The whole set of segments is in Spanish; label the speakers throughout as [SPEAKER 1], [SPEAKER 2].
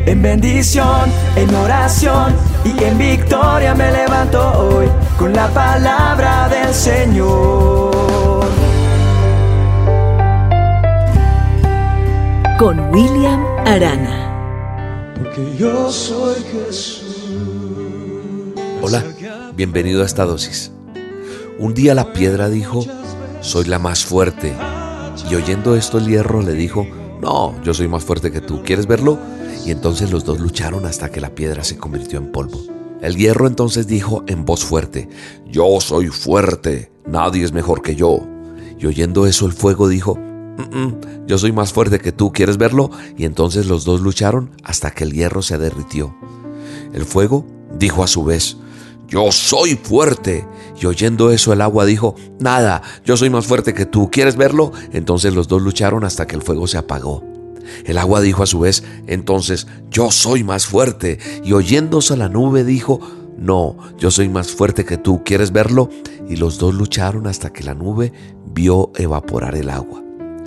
[SPEAKER 1] En bendición, en oración y en victoria me levanto hoy con la palabra del Señor.
[SPEAKER 2] Con William Arana.
[SPEAKER 1] Porque yo soy Jesús.
[SPEAKER 3] Hola, bienvenido a esta dosis. Un día la piedra dijo: soy la más fuerte. Y oyendo esto el hierro le dijo: no, yo soy más fuerte que tú, ¿quieres verlo? Y entonces los dos lucharon hasta que la piedra se convirtió en polvo. El hierro entonces dijo en voz fuerte: yo soy fuerte, nadie es mejor que yo. Y oyendo eso el fuego dijo: yo soy más fuerte que tú, ¿quieres verlo? Y entonces los dos lucharon hasta que el hierro se derritió. El fuego dijo a su vez: yo soy fuerte. Y oyendo eso el agua dijo: nada, yo soy más fuerte que tú, ¿quieres verlo? Entonces los dos lucharon hasta que el fuego se apagó. El agua dijo a su vez entonces: yo soy más fuerte. Y oyéndose la nube dijo: no, yo soy más fuerte que tú, ¿quieres verlo? Y los dos lucharon hasta que la nube vio evaporar el agua.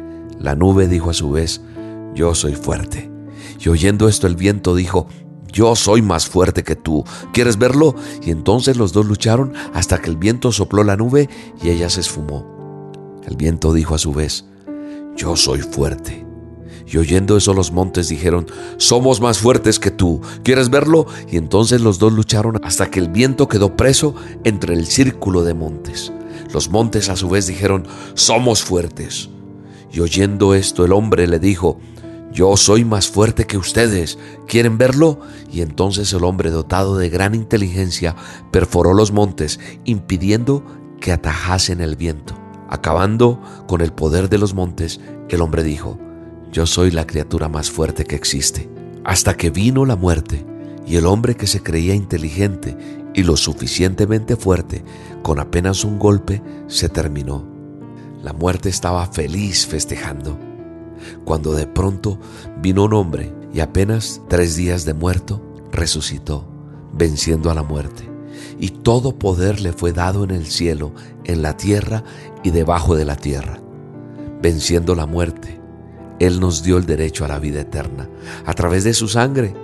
[SPEAKER 3] La nube dijo a su vez: yo soy fuerte. Y oyendo esto el viento dijo: yo soy más fuerte que tú, ¿quieres verlo? Y entonces los dos lucharon hasta que el viento sopló la nube y ella se esfumó. El viento dijo a su vez: yo soy fuerte. Y oyendo eso los montes dijeron: somos más fuertes que tú, ¿quieres verlo? Y entonces los dos lucharon hasta que el viento quedó preso entre el círculo de montes. Los montes a su vez dijeron: somos fuertes. Y oyendo esto el hombre le dijo: yo soy más fuerte que ustedes, ¿quieren verlo? Y entonces el hombre, dotado de gran inteligencia, perforó los montes, impidiendo que atajasen el viento. Acabando con el poder de los montes, el hombre dijo: yo soy la criatura más fuerte que existe. Hasta que vino la muerte, y el hombre que se creía inteligente y lo suficientemente fuerte, con apenas un golpe, se terminó. La muerte estaba feliz festejando, cuando de pronto vino un hombre y apenas 3 días de muerto, resucitó, venciendo a la muerte. Y todo poder le fue dado en el cielo, en la tierra y debajo de la tierra. Venciendo la muerte, Él nos dio el derecho a la vida eterna. A través de su sangre,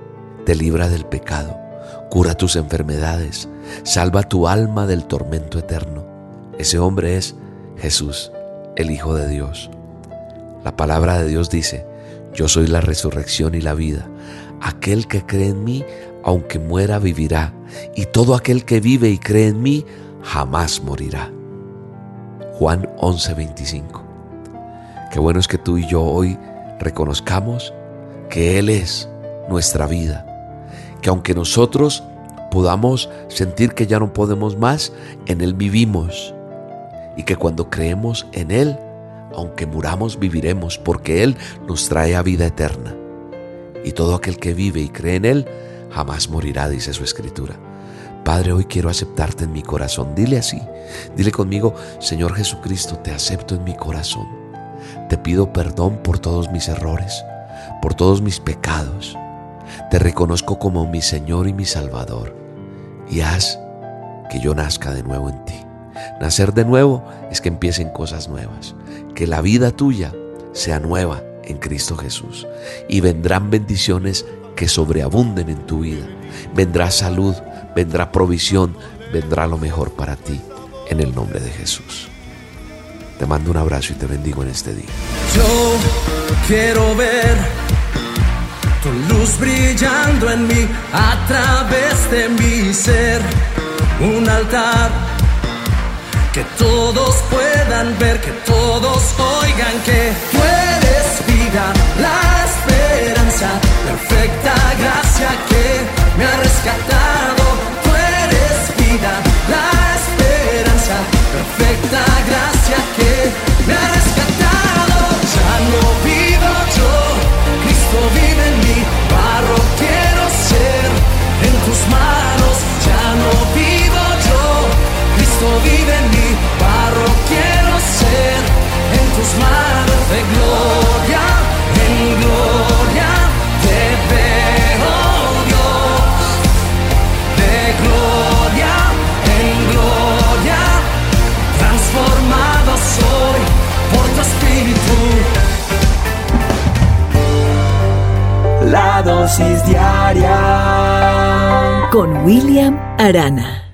[SPEAKER 3] te libra del pecado, cura tus enfermedades, salva tu alma del tormento eterno. Ese hombre es Jesús, el Hijo de Dios. La palabra de Dios dice: yo soy la resurrección y la vida. Aquel que cree en mí, aunque muera, vivirá. Y todo aquel que vive y cree en mí, jamás morirá. Juan 11:25. Qué bueno es que tú y yo hoy reconozcamos que Él es nuestra vida. Que aunque nosotros podamos sentir que ya no podemos más, en Él vivimos. Y que cuando creemos en Él, aunque muramos, viviremos, porque Él nos trae a vida eterna. Y todo aquel que vive y cree en Él, jamás morirá, dice su Escritura. Padre, hoy quiero aceptarte en mi corazón. Dile así, dile conmigo: Señor Jesucristo, te acepto en mi corazón. Te pido perdón por todos mis errores, por todos mis pecados. Te reconozco como mi Señor y mi Salvador. Y haz que yo nazca de nuevo en ti. Nacer de nuevo es que empiecen cosas nuevas. Que la vida tuya sea nueva en Cristo Jesús. Y vendrán bendiciones que sobreabunden en tu vida. Vendrá salud, vendrá provisión, vendrá lo mejor para ti. En el nombre de Jesús. Te mando un abrazo y te bendigo en este día.
[SPEAKER 1] Yo quiero ver tu luz brillando en mí, a través de mi ser. Un altar que todos puedan ver, que todos oigan que tú eres vida, la esperanza, perfecta gracia que me ha rescatado. Tú eres vida, la esperanza, perfecta gracia que me ha rescatado. Ya no vivo yo, Cristo vive en mí, barro quiero ser en tus manos. Ya no vivo yo, Cristo vive en mí, barro quiero ser en tus manos. De gloria
[SPEAKER 4] La dosis diaria
[SPEAKER 2] con William Arana.